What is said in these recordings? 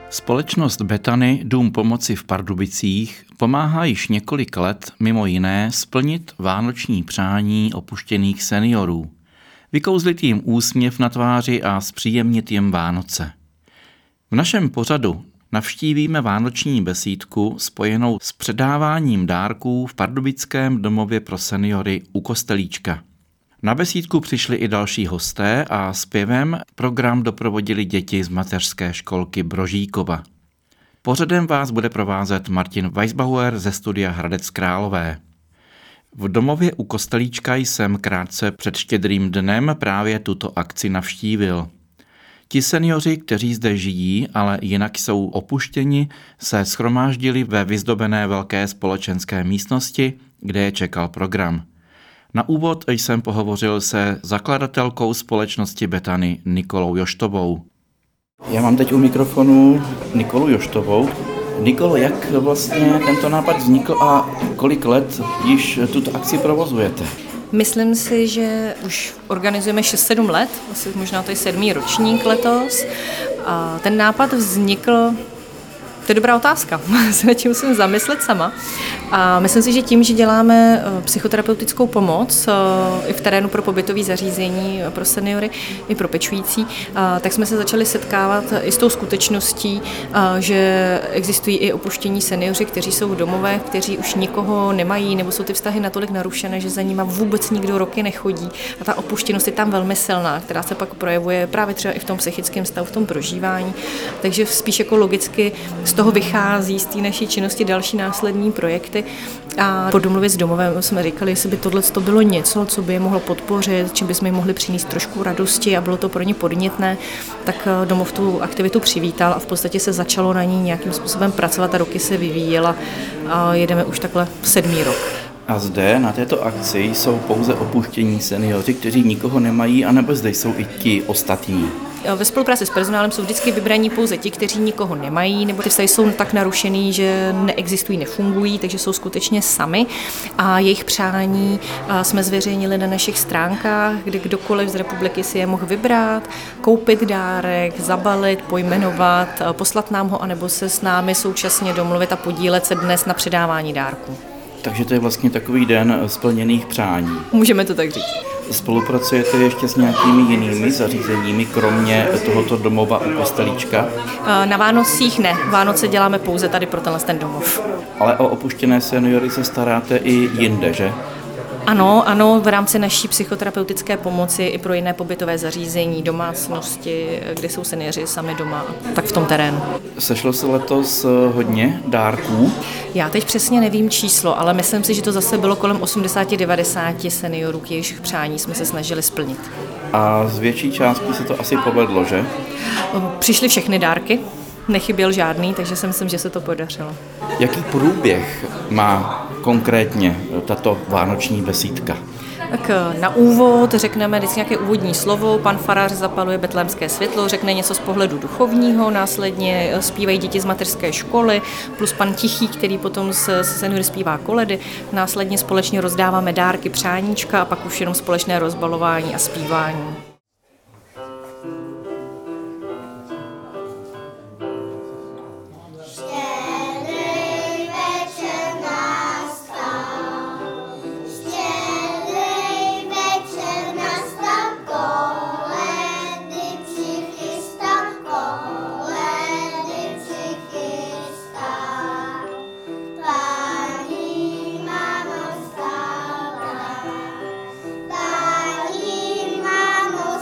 Společnost Betany Dům pomoci v Pardubicích pomáhá již několik let mimo jiné splnit vánoční přání opuštěných seniorů, vykouzlit jim úsměv na tváři a zpříjemnit jim Vánoce. V našem pořadu navštívíme vánoční besídku spojenou s předáváním dárků v pardubickém domově pro seniory u Kostelíčka. Na besídku přišli i další hosté a zpěvem program doprovodili děti z mateřské školky Brožíkova. Pořadem vás bude provázet Martin Weisbauer ze studia Hradec Králové. V domově u Kostelíčka jsem krátce před Štědrým dnem právě tuto akci navštívil. Ti seniori, kteří zde žijí, ale jinak jsou opuštěni, se shromáždili ve vyzdobené velké společenské místnosti, kde je čekal program. Na úvod jsem pohovořil se zakladatelkou společnosti Betany Nikolou Joštovou. Já mám teď u mikrofonu Nikolu Joštovou. Nikolo, jak vlastně tento nápad vznikl a kolik let již tuto akci provozujete? Myslím si, že už organizujeme 6-7 let, asi možná to je 7. ročník letos. A ten nápad vznikl, to je dobrá otázka, se nad tím musím zamyslet sama. A myslím si, že tím, že děláme psychoterapeutickou pomoc i v terénu pro pobytové zařízení pro seniory, i pro pečující, tak jsme se začali setkávat i s tou skutečností, že existují i opuštění seniori, kteří jsou v domovech, kteří už nikoho nemají, nebo jsou ty vztahy natolik narušené, že za nima vůbec nikdo roky nechodí. A ta opuštěnost je tam velmi silná, která se pak projevuje právě třeba i v tom psychickém stavu, v tom prožívání. Takže spíš jako logicky z toho vychází z té naší činnosti další následní projekty. A po domluvě s domovem jsme říkali, jestli by tohle bylo něco, co by je mohlo podpořit, čím bychom jim mohli přinést trošku radosti a bylo to pro ně podnětné, tak domov tu aktivitu přivítal a v podstatě se začalo na ní nějakým způsobem pracovat a roky se vyvíjela a jedeme už takhle 7. rok. A zde na této akci jsou pouze opuštění seniori, kteří nikoho nemají, anebo zde jsou i ti ostatní? Ve spolupráci s personálem jsou vždycky vybraní pouze ti, kteří nikoho nemají, nebo ty vztahy jsou tak narušený, že neexistují, nefungují, takže jsou skutečně sami. A jejich přání jsme zveřejnili na našich stránkách, kde kdokoliv z republiky si je mohl vybrat, koupit dárek, zabalit, pojmenovat, poslat nám ho, anebo se s námi současně domluvit a podílet se dnes na předávání dárků. Takže to je vlastně takový den splněných přání. Můžeme to tak říct. Spolupracujete ještě s nějakými jinými zařízeními, kromě tohoto domova u Kostelíčka? Na Vánocích ne. Vánoce děláme pouze tady pro ten domov. Ale o opuštěné seniory se staráte i jinde, že? Ano, v rámci naší psychoterapeutické pomoci i pro jiné pobytové zařízení, domácnosti, kde jsou seniori sami doma, tak v tom terénu. Sešlo se letos hodně dárků? Já teď přesně nevím číslo, ale myslím si, že to zase bylo kolem 80-90 seniorů, k jejichž přání jsme se snažili splnit. A z větší části se to asi povedlo, že? Přišly všechny dárky, nechyběl žádný, takže si myslím, že se to podařilo. Jaký průběh má konkrétně tato vánoční besídka? Tak na úvod řekneme vždycky nějaké úvodní slovo, pan farář zapaluje betlémské světlo, řekne něco z pohledu duchovního, následně zpívají děti z mateřské školy, plus pan Tichý, který potom se seniory zpívá koledy, následně společně rozdáváme dárky, přáníčka a pak už jenom společné rozbalování a zpívání. Pani mamo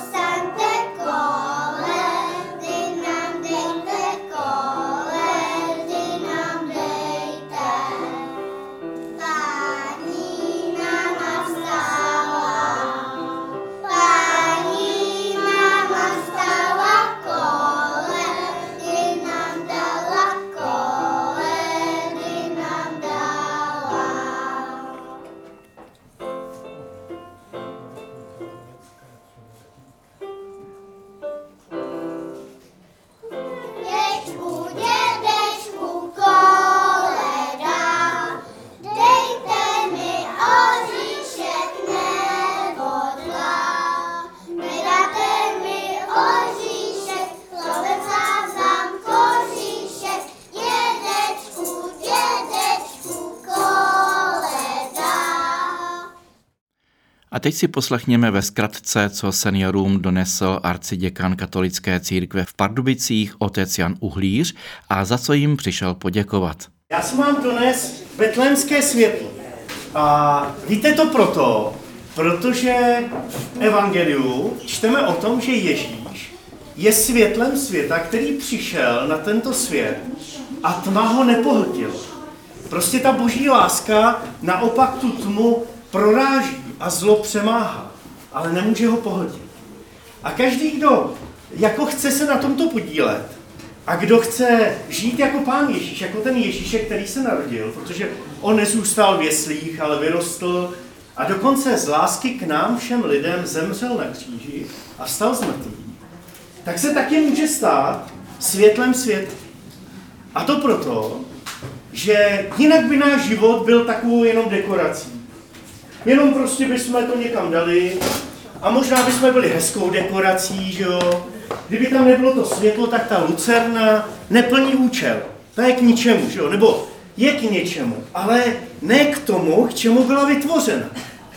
teď si poslechněme ve zkratce, co seniorům donesl arciděkan katolické církve v Pardubicích otec Jan Uhlíř a za co jim přišel poděkovat. Já jsem vám dones betlémské světlo. A víte to protože v Evangeliu čteme o tom, že Ježíš je světlem světa, který přišel na tento svět a tma ho nepohltila. Prostě ta boží láska naopak tu tmu proráží a zlo přemáhá, ale nemůže ho pohltit. A každý, kdo jako chce se na tomto podílet a kdo chce žít jako Pán Ježíš, jako ten Ježíšek, který se narodil, protože on nezůstal v jeslích, ale vyrostl a dokonce z lásky k nám všem lidem zemřel na kříži a vstal z mrtvých, tak se taky může stát světlem světa. A to proto, že jinak by náš život byl takovou jenom dekorací. Jenom prostě bychom to někam dali a možná bychom byli hezkou dekorací, že jo. Kdyby tam nebylo to světlo, tak ta lucerna neplní účel. To je k ničemu, že jo, nebo je k něčemu, ale ne k tomu, k čemu byla vytvořena.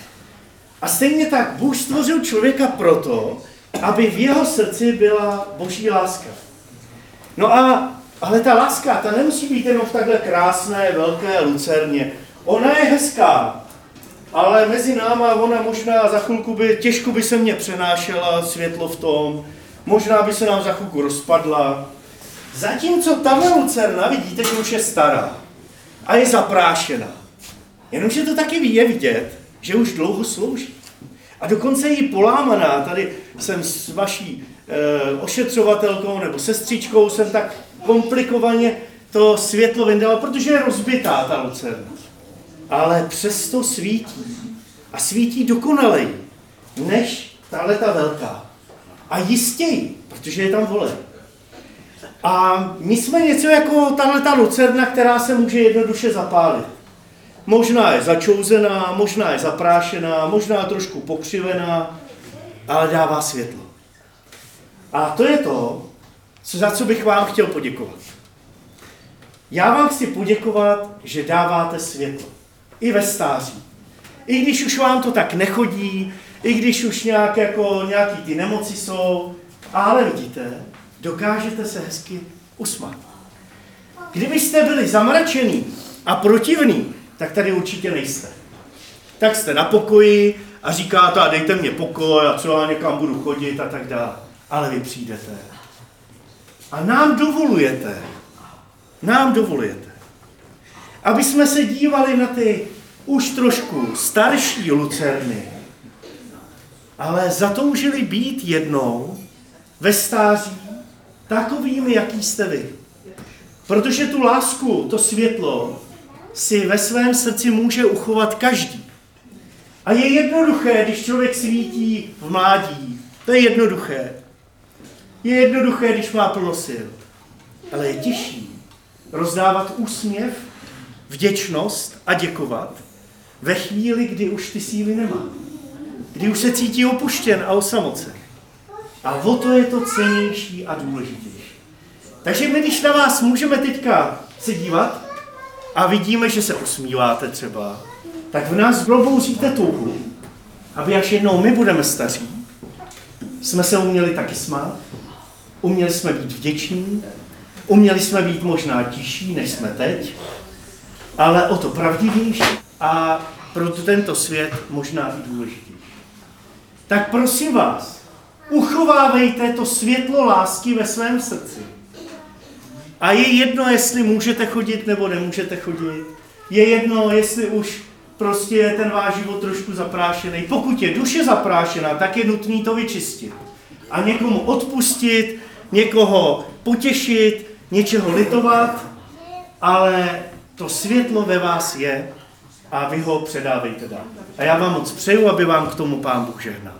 A stejně tak Bůh stvořil člověka proto, aby v jeho srdci byla boží láska. No ale ta láska, ta nemusí být jenom v takhle krásné, velké lucerně. Ona je hezká, ale mezi náma ona možná za chvilku těžko by se mě přenášela světlo v tom, možná by se nám za chvilku rozpadla. Zatímco tahle lucerna, vidíte, že už je stará a je zaprášená. Jenomže to taky je vidět, že už dlouho slouží. A dokonce je i polámaná. Tady jsem s vaší ošetřovatelkou nebo sestřičkou jsem tak komplikovaně to světlo vyndala, protože je rozbitá ta lucerna. Ale přesto svítí. A svítí dokonaleji, než tahleta velká. A jistěji, protože je tam volej. A my jsme něco jako tahleta lucerna, která se může jednoduše zapálit. Možná je začouzená, možná je zaprášená, možná trošku pokřivená, ale dává světlo. A to je to, za co bych vám chtěl poděkovat. Já vám chci poděkovat, že dáváte světlo. I ve stáří. I když už vám to tak nechodí, i když už nějaký ty nemoci jsou, ale vidíte, dokážete se hezky usmát. Kdybyste byli zamračený a protivný, tak tady určitě nejste. Tak jste na pokoji a říkáte, a dejte mě pokoj a co já někam budu chodit a tak dále. Ale vy přijdete. A nám dovolujete, aby jsme se dívali na ty už trošku starší lucerny, ale zatoužili být jednou ve stáří takovými, jaký jste vy. Protože tu lásku, to světlo si ve svém srdci může uchovat každý. A je jednoduché, když člověk svítí v mládí. To je jednoduché. Je jednoduché, když má plno sil. Ale je těžší rozdávat úsměv, vděčnost a děkovat ve chvíli, kdy už ty síly nemá. Kdy už se cítí opuštěn a osamocen. A o to je to cennější a důležitější. Takže my, když na vás můžeme teďka se dívat a vidíme, že se usmíváte třeba, tak v nás probouzíte touhu, aby až jednou my budeme staří, jsme se uměli taky smát, uměli jsme být vděční, uměli jsme být možná tiší, než jsme teď, ale o to pravdivější a pro tento svět možná i důležitější. Tak prosím vás, uchovávejte to světlo lásky ve svém srdci. A je jedno, jestli můžete chodit nebo nemůžete chodit. Je jedno, jestli už prostě je ten váš život trošku zaprášený. Pokud je duše zaprášená, tak je nutný to vyčistit. A někomu odpustit, někoho potěšit, něčeho litovat, ale to světlo ve vás je a vy ho předávejte dál. A já vám moc přeju, aby vám k tomu Pán Bůh žehnal.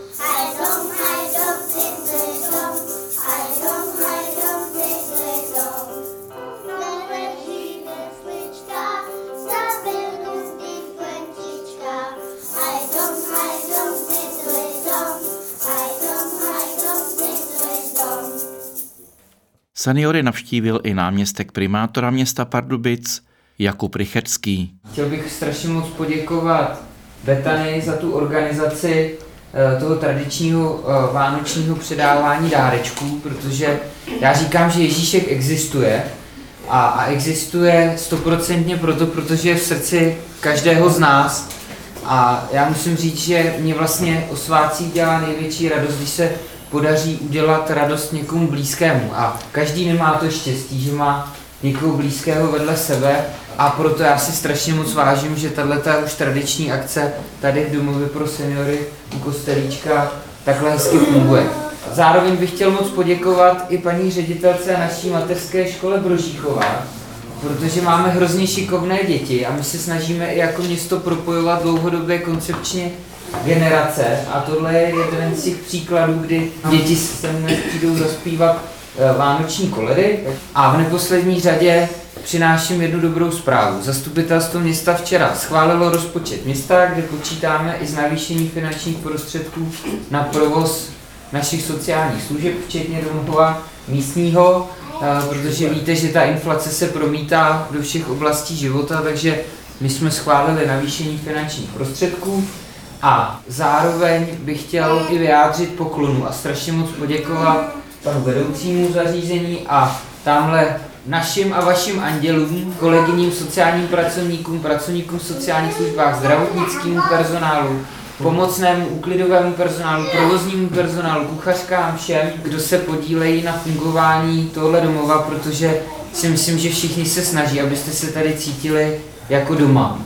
Hej dom, Seniory navštívil i náměstek primátora města Pardubic Jakub Rychetský. Chtěl bych strašně moc poděkovat Betany za tu organizaci toho tradičního vánočního předávání dárečků, protože já říkám, že Ježíšek existuje a existuje 100% protože je v srdci každého z nás. A já musím říct, že mě vlastně o svátcích dělá největší radost, když se podaří udělat radost někomu blízkému. A každý nemá to štěstí, že má někoho blízkého vedle sebe, a proto já si strašně moc vážím, že tato už tradiční akce tady v domově pro seniory u Kostelíčka takhle hezky funguje. Zároveň bych chtěl moc poděkovat i paní ředitelce naší mateřské škole Brožíchová, protože máme hrozně šikovné děti a my se snažíme i jako město propojovat dlouhodobě koncepčně generace, a tohle je jeden z těch příkladů, kdy děti se mnou přijdou zaspívat vánoční koledy. A v neposlední řadě přináším jednu dobrou zprávu. Zastupitelstvo města včera schválilo rozpočet města, kde počítáme i s navýšením finančních prostředků na provoz našich sociálních služeb, včetně domova místního, protože víte, že ta inflace se promítá do všech oblastí života, takže my jsme schválili navýšení finančních prostředků. A zároveň bych chtěl i vyjádřit poklonu a strašně moc poděkovat panu vedoucímu zařízení a tamhle našim a vašim andělům, kolegyním sociálním pracovníkům, pracovníkům v sociálních službách, zdravotnickému personálu, pomocnému úklidovému personálu, provoznímu personálu, kuchařkám, všem, kdo se podílejí na fungování tohle domova, protože si myslím, že všichni se snaží, abyste se tady cítili jako doma.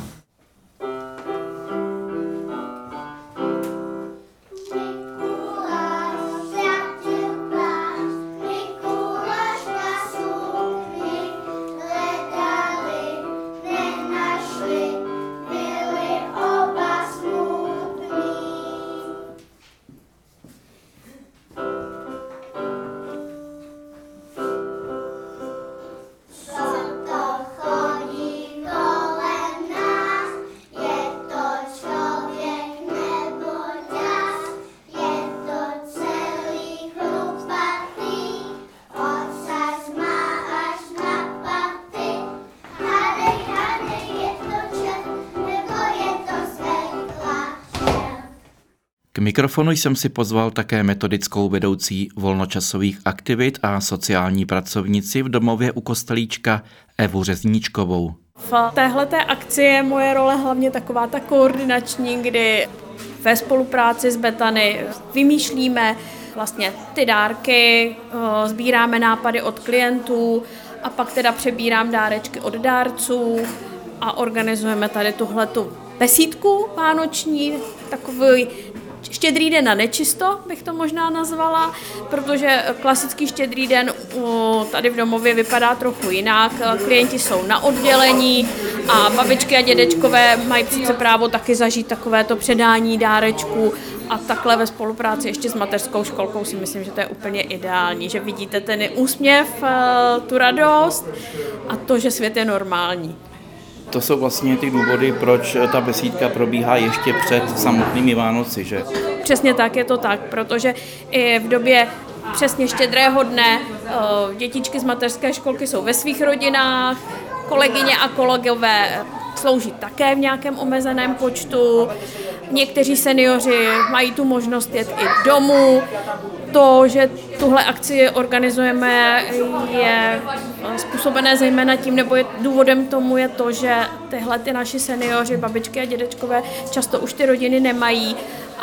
K mikrofonu jsem si pozval také metodickou vedoucí volnočasových aktivit a sociální pracovnici v domově u Kostelíčka Evu Řezníčkovou. V téhleté akci je moje role hlavně taková ta koordinační, kdy ve spolupráci s Betany vymýšlíme vlastně ty dárky, sbíráme nápady od klientů a pak teda přebírám dárečky od dárců a organizujeme tady tuhletu besídku vánoční, takový Štědrý den na nečisto bych to možná nazvala, protože klasický štědrý den tady v domově vypadá trochu jinak. Klienti jsou na oddělení a babičky a dědečkové mají přece právo taky zažít takovéto předání dárečků a takhle ve spolupráci ještě s mateřskou školkou si myslím, že to je úplně ideální, že vidíte ten úsměv, tu radost a to, že svět je normální. To jsou vlastně ty důvody, proč ta besídka probíhá ještě před samotnými Vánoci, že? Přesně tak, je to tak, protože i v době přesně štědrého dne dětičky z mateřské školky jsou ve svých rodinách, kolegyně a kolegové slouží také v nějakém omezeném počtu, někteří seniori mají tu možnost jet i domů. To, že tuhle akci organizujeme, je způsobené zejména tím, nebo důvodem tomu je to, že tyhle ty naši seniori, babičky a dědečkové často už ty rodiny nemají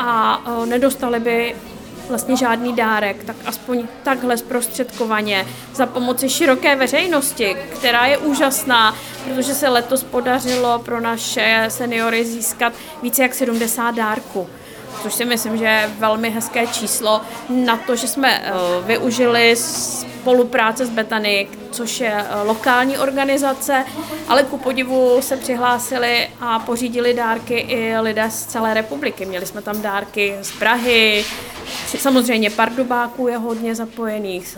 a nedostali by vlastně žádný dárek, tak aspoň takhle zprostředkovaně za pomoci široké veřejnosti, která je úžasná, protože se letos podařilo pro naše seniory získat více jak 70 dárků. Což si myslím, že je velmi hezké číslo na to, že jsme využili spolupráce s Betany, což je lokální organizace, ale ku podivu se přihlásili a pořídili dárky i lidé z celé republiky. Měli jsme tam dárky z Prahy, samozřejmě Pardubáků je hodně zapojených,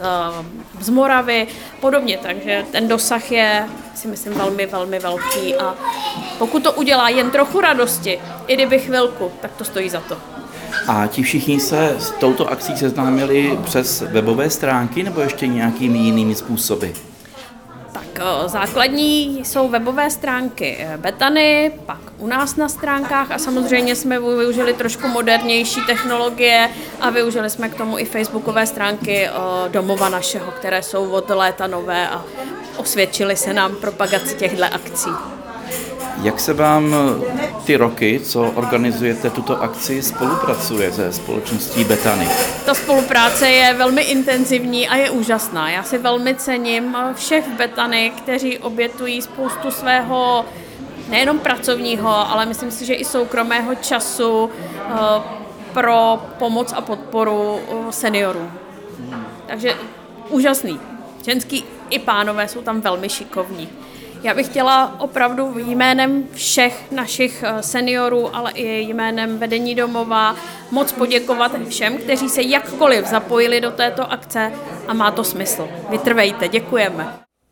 z Moravy, podobně, takže ten dosah je, si myslím, velmi, velmi velký a pokud to udělá jen trochu radosti, i kdyby chvilku, tak to stojí za to. A ti všichni se s touto akcí seznámili přes webové stránky nebo ještě nějakými jinými způsoby? Tak základní jsou webové stránky Betany, pak u nás na stránkách a samozřejmě jsme využili trošku modernější technologie a využili jsme k tomu i facebookové stránky domova našeho, které jsou od léta nové a osvědčily se nám propagaci těchto akcí. Jak se vám ty roky, co organizujete tuto akci, spolupracuje se společností Betany? Ta spolupráce je velmi intenzivní a je úžasná. Já si velmi cením všech v Betany, kteří obětují spoustu svého nejenom pracovního, ale myslím si, že i soukromého času pro pomoc a podporu seniorů. Takže úžasný. Ženský i pánové jsou tam velmi šikovní. Já bych chtěla opravdu jménem všech našich seniorů, ale i jménem vedení domova moc poděkovat všem, kteří se jakkoliv zapojili do této akce a má to smysl. Vytrvejte, děkujeme.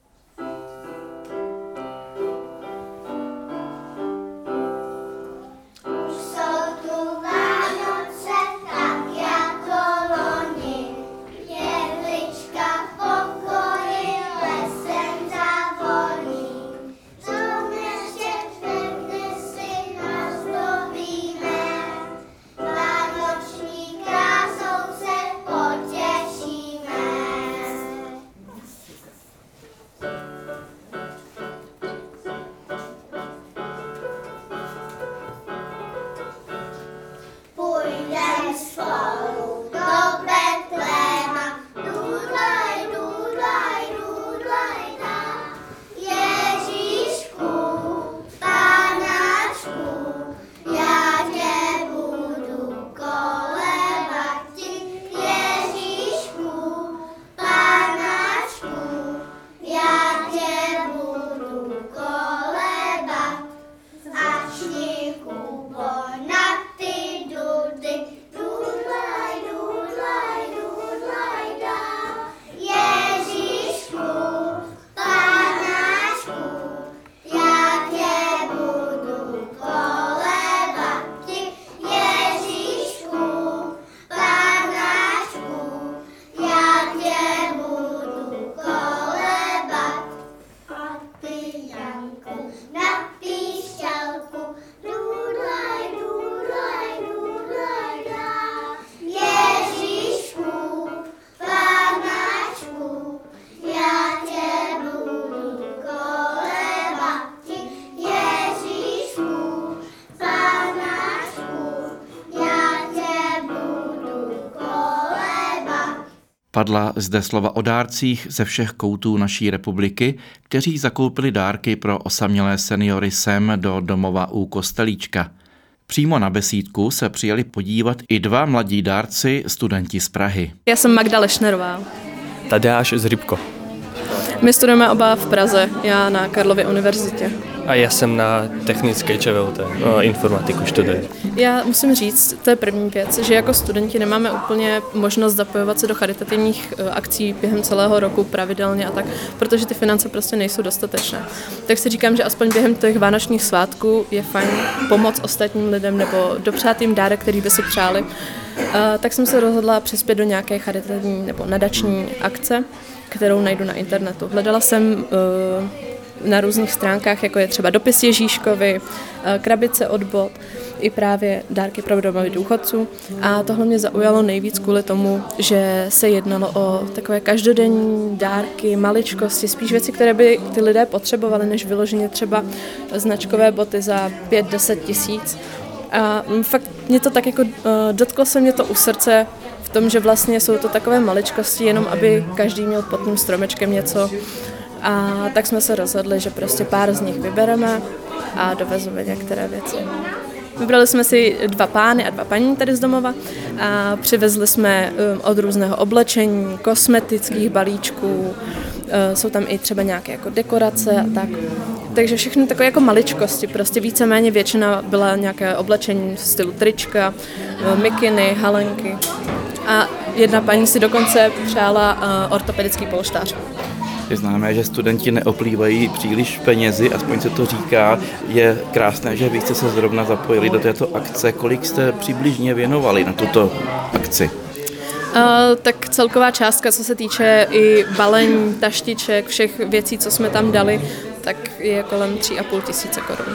Padla zde slova o dárcích ze všech koutů naší republiky, kteří zakoupili dárky pro osamělé seniory sem do domova u Kostelíčka. Přímo na besídku se přijeli podívat i dva mladí dárci, studenti z Prahy. Já jsem Magda Lešnerová. Tadeáš z Rybko. My studujeme oba v Praze, já na Karlově univerzitě. A já jsem na technické ČVUT, informatiku študuji. Já musím říct, to je první věc, že jako studenti nemáme úplně možnost zapojovat se do charitativních akcí během celého roku pravidelně a tak, protože ty finance prostě nejsou dostatečné. Tak si říkám, že aspoň během těch vánočních svátků je fajn pomoct ostatním lidem nebo dopřát jim dárek, který by si přáli. Tak jsem se rozhodla přispět do nějaké charitativní nebo nadační akce, kterou najdu na internetu. Hledala jsem na různých stránkách, jako je třeba dopis Ježíškovi, krabice od bot, i právě dárky pro domovy důchodců. A tohle mě zaujalo nejvíc kvůli tomu, že se jednalo o takové každodenní dárky, maličkosti, spíš věci, které by ty lidé potřebovali, než vyloženě třeba značkové boty za 5-10 tisíc. A fakt mě to tak jako dotklo se mě to u srdce v tom, že vlastně jsou to takové maličkosti, jenom aby každý měl pod tím stromečkem něco. A tak jsme se rozhodli, že prostě pár z nich vybereme a dovezeme některé věci. Vybrali jsme si 2 pány a 2 paní tady z domova a přivezli jsme od různého oblečení, kosmetických balíčků, jsou tam i třeba nějaké jako dekorace a tak. Takže všechny takové jako maličkosti, prostě víceméně většina byla nějaké oblečení v stylu trička, mikiny, halenky. A jedna paní si dokonce přála ortopedický polštář. Je známé, že studenti neoplývají příliš penězi, aspoň se to říká. Je krásné, že vy jste se zrovna zapojili do této akce. Kolik jste přibližně věnovali na tuto akci? Tak celková částka, co se týče i balení, taštiček, všech věcí, co jsme tam dali, tak je kolem 3,5 tisíce korun.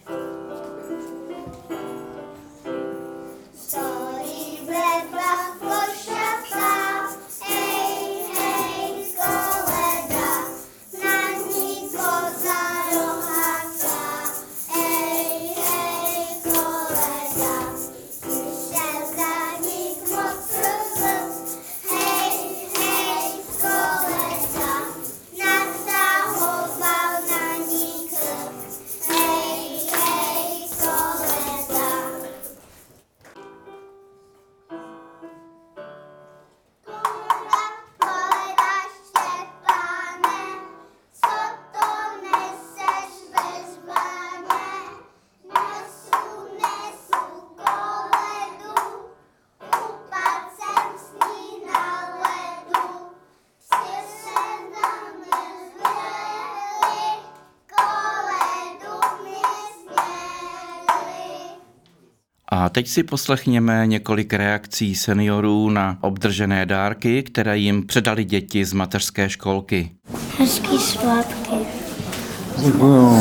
A teď si poslechněme několik reakcí seniorů na obdržené dárky, které jim předali děti z mateřské školky. Hezký svátky. Děkuju.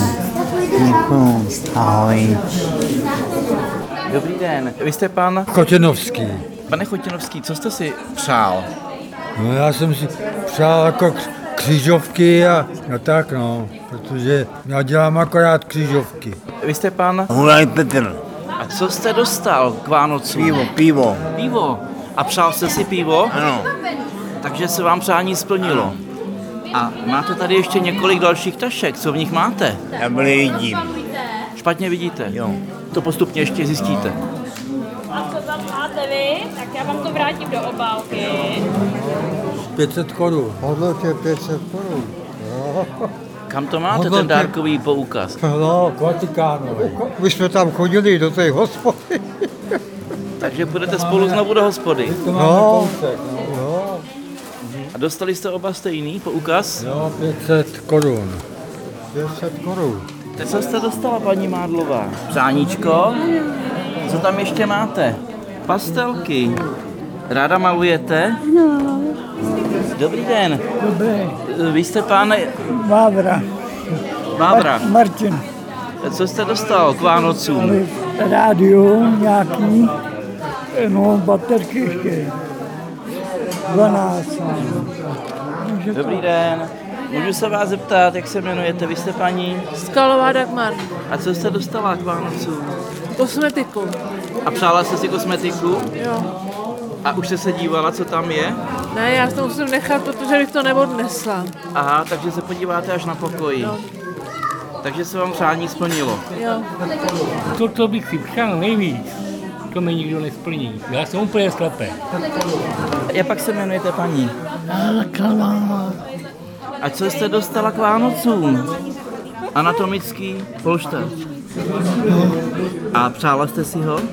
Ahoj. Dobrý den, vy jste pan Chotěnovský. Pane Chotěnovský, co jste si přál? No já jsem si přál jako křížovky a tak no, protože já dělám akorát křížovky. Vy jste pan Hulaj Petr. A co jste dostal k Vánocům? Pivo. Pivo. A přál jste si pivo? Ano. Takže se vám přání splnilo. A máte tady ještě několik dalších tašek, co v nich máte? Já vidím. Špatně vidíte? Jo. To postupně ještě zjistíte. A co tam máte vy? Tak já vám to vrátím do obálky. 500 korun. Hodnotě 500 korun. Kam to máte, ten dárkový poukaz? No, k Vatikánu. My jsme tam chodili do té hospody. Takže půjdete spolu znovu do hospody. To máme kousek, no. A dostali jste oba stejný poukaz? Jo, 500 korun. 500 korun. Teď co jste dostala, paní Mádlová? Přáníčko? Co tam ještě máte? Pastelky. Ráda malujete? No. Dobrý den. Dobrý. Vy jste pán... Vávra. Vávra. Martin. Co jste dostal k Vánocům? Rádio nějaký, no baterky ještě. 12. Dobrý den. Můžu se vás zeptat, jak se jmenujete? Vy jste paní? Skalová Dagmar. A co jste dostala k Vánocům? Kosmetiku. A přála jste si kosmetiku? Jo. A už jste se dívala, co tam je? Ne, já to musím nechat, protože bych to neodnesla. Aha, takže se podíváte až na pokoji. Jo. Takže se vám přání splnilo. Jo. To, co bych si přál nejvíc, to mi nikdo nesplní. Já jsem úplně slepý. Jak pak se jmenujete, paní? A co jste dostala k Vánocům? Anatomický polštář. A přála jste si ho?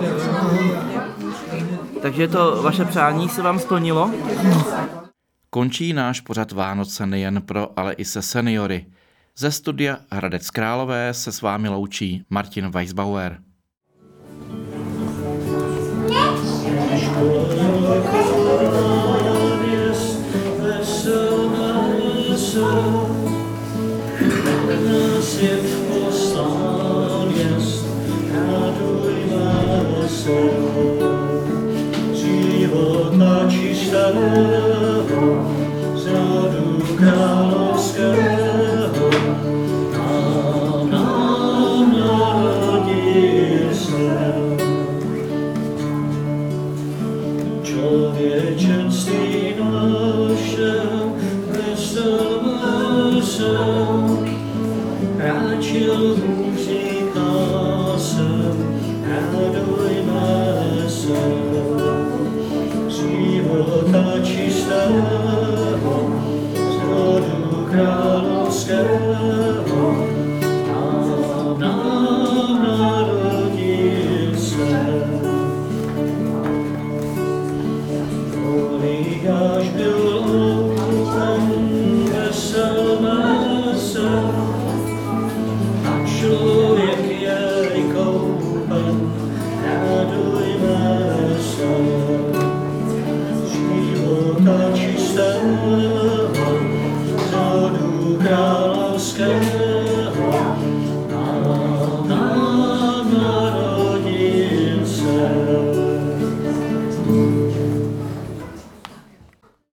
Takže to vaše přání se vám splnilo? Končí náš pořad Vánoce nejen pro, ale i se seniory. Ze studia Hradec Králové se s vámi loučí Martin Weisbauer. Života čistého, z rodu královského, nám narodil se. Člověčenství našel, vesel, ráčil